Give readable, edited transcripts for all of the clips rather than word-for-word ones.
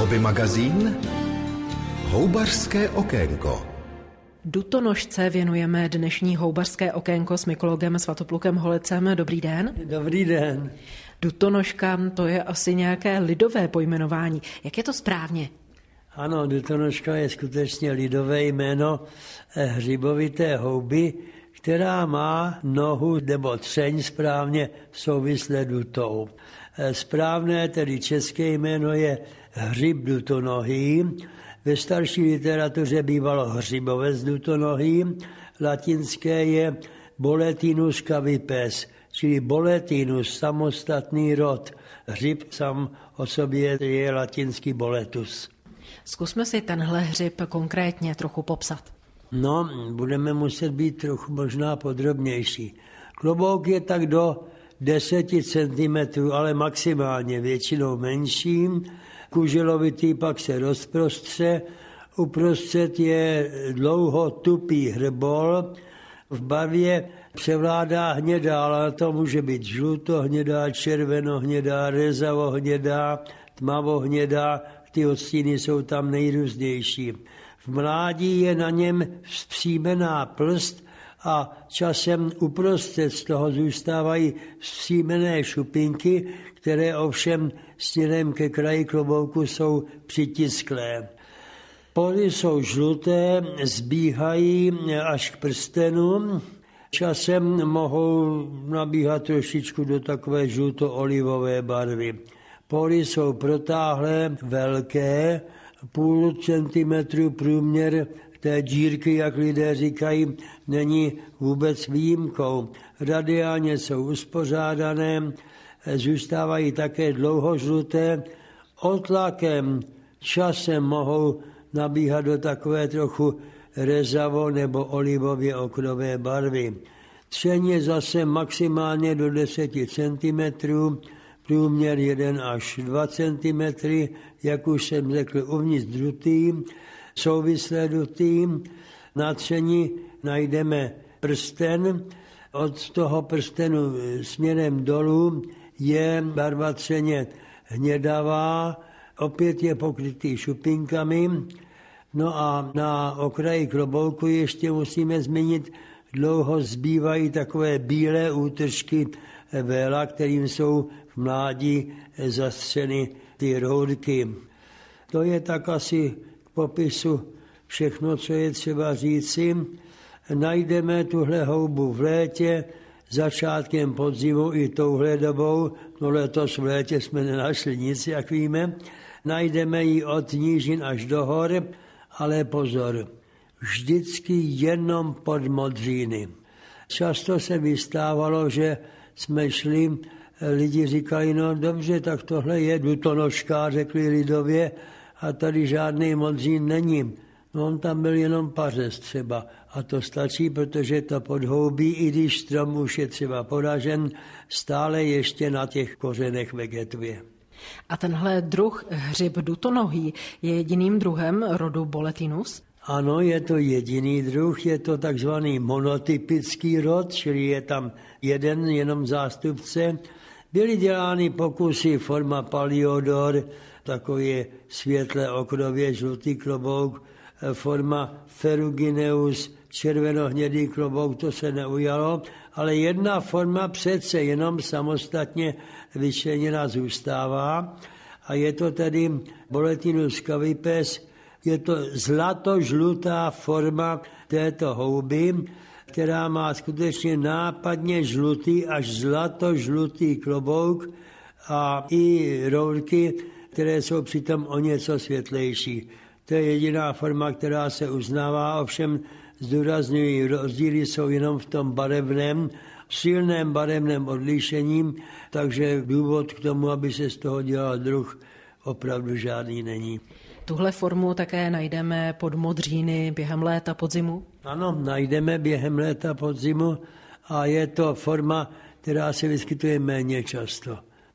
Hobby magazín Houbařské okénko. Dutonožce věnujeme dnešní houbařské okénko s mykologem Svatoplukem Holecem. Dobrý den. Dobrý den. Dutonožka, to je asi nějaké lidové pojmenování. Jak je to správně? Ano, dutonožka je skutečně lidové jméno hřibovité houby, která má nohu nebo třeň správně souvisle dutou. Správné, tedy české jméno je hřib dutonohý. Ve starší literatuře bývalo hřibovec dutonohý. Latinské je Boletinus cavipes, čili boletinus, samostatný rod. Hřib sám o sobě je latinský boletus. Zkusme si tenhle hřib konkrétně trochu popsat. No, budeme muset být trochu možná podrobnější. Klobouk je tak do 10 cm, ale maximálně, většinou menší. Kuželovitý pak se rozprostře. Uprostřed je dlouho tupý hrbol. V barvě převládá hnědá, ale to může být žlutohnědá, červenohnědá, rezavohnědá, tmavohnědá. Ty odstíny jsou tam nejrůznější. V mládí je na něm vzpřímená plst a časem uprostřed z toho zůstávají vzpřímené šupinky, které ovšem směrem ke kraji klobouku jsou přitisklé. Pory jsou žluté, zbíhají až k prstenu. Časem mohou nabíhat trošičku do takové žluto-olivové barvy. Pory jsou protáhlé, velké, půl centimetru průměr té dírky, jak lidé říkají, není vůbec výjimkou. Radiálně jsou uspořádané, zůstávají také dlouhožluté. Otlakem časem mohou nabíhat do takové trochu rezavo nebo olivově okrové barvy. Třeň je zase maximálně do 10 cm, průměr 1 až 2 cm, jak už jsem řekl, uvnitř drutý, souvislé drutý. Na třeni najdeme prsten. Od toho prstenu směrem dolů je barva třeně hnědavá, opět je pokrytý šupinkami. No a na okraji klobouku ještě musíme zmínit, dlouho zbývají takové bílé útržky véla, kterým jsou v mládí zastřeny ty roudky. To je tak asi k popisu všechno, co je třeba říci. Najdeme tuhle houbu v létě, začátkem podzimu i touhle dobou. No letos v létě jsme nenašli nic, jak víme. Najdeme ji od nížin až do hor, ale pozor, vždycky jenom pod modříny. Často se vystávalo, že jsme šli, lidi říkali, no dobře, tak tohle je dutonožka, řekli lidově, a tady žádný modřín není. No on tam byl jenom pařez třeba a to stačí, protože to podhoubí, i když strom už je třeba poražen, stále ještě na těch kořenech vegetuje. A tenhle druh hřib dutonohý je jediným druhem rodu Boletinus? Ano, je to jediný druh, je to takzvaný monotypický rod, čili je tam jeden jenom zástupce. Byly dělány pokusy, forma Paliodor, takový světle okrově žlutý klobouk, forma Ferrugineus, červenohnědý klobouk, to se neujalo, ale jedna forma přece jenom samostatně vyčleněna zůstává a je to tedy Boletinus cavipes. Je to zlatožlutá forma této houby, která má skutečně nápadně žlutý až zlatožlutý klobouk a i roudky, které jsou přitom o něco světlejší. To je jediná forma, která se uznává, ovšem zdůrazňuji, rozdíly jsou jenom v tom barevném, silném barevném odlišením, takže důvod k tomu, aby se z toho dělal druh, opravdu žádný není. Tuhle formu také najdeme pod modříny během léta, podzimu? Ano, najdeme během léta, podzimu a je to forma, která se vyskytuje méně často.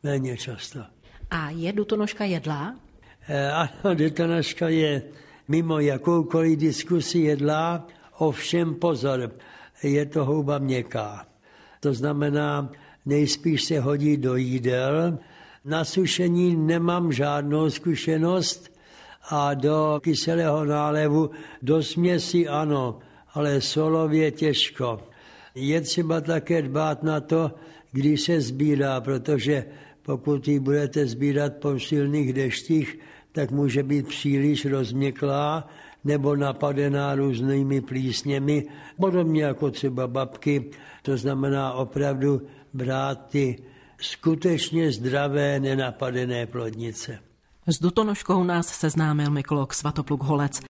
A je dutonožka jedlá? Ano, dutonožka je mimo jakoukoliv diskusi jedlá, ovšem pozor, je to houba měkká. To znamená, nejspíš se hodí do jídel. Na sušení nemám žádnou zkušenost, a do kyselého nálevu, do směsi ano, ale solově těžko. Je třeba také dbát na to, kdy se sbírá, protože pokud ji budete sbírat po silných deštích, tak může být příliš rozměklá nebo napadená různými plísněmi, podobně jako třeba babky. To znamená opravdu brát ty skutečně zdravé, nenapadené plodnice. S dutonožkou nás seznámil mykolog Svatopluk Holec.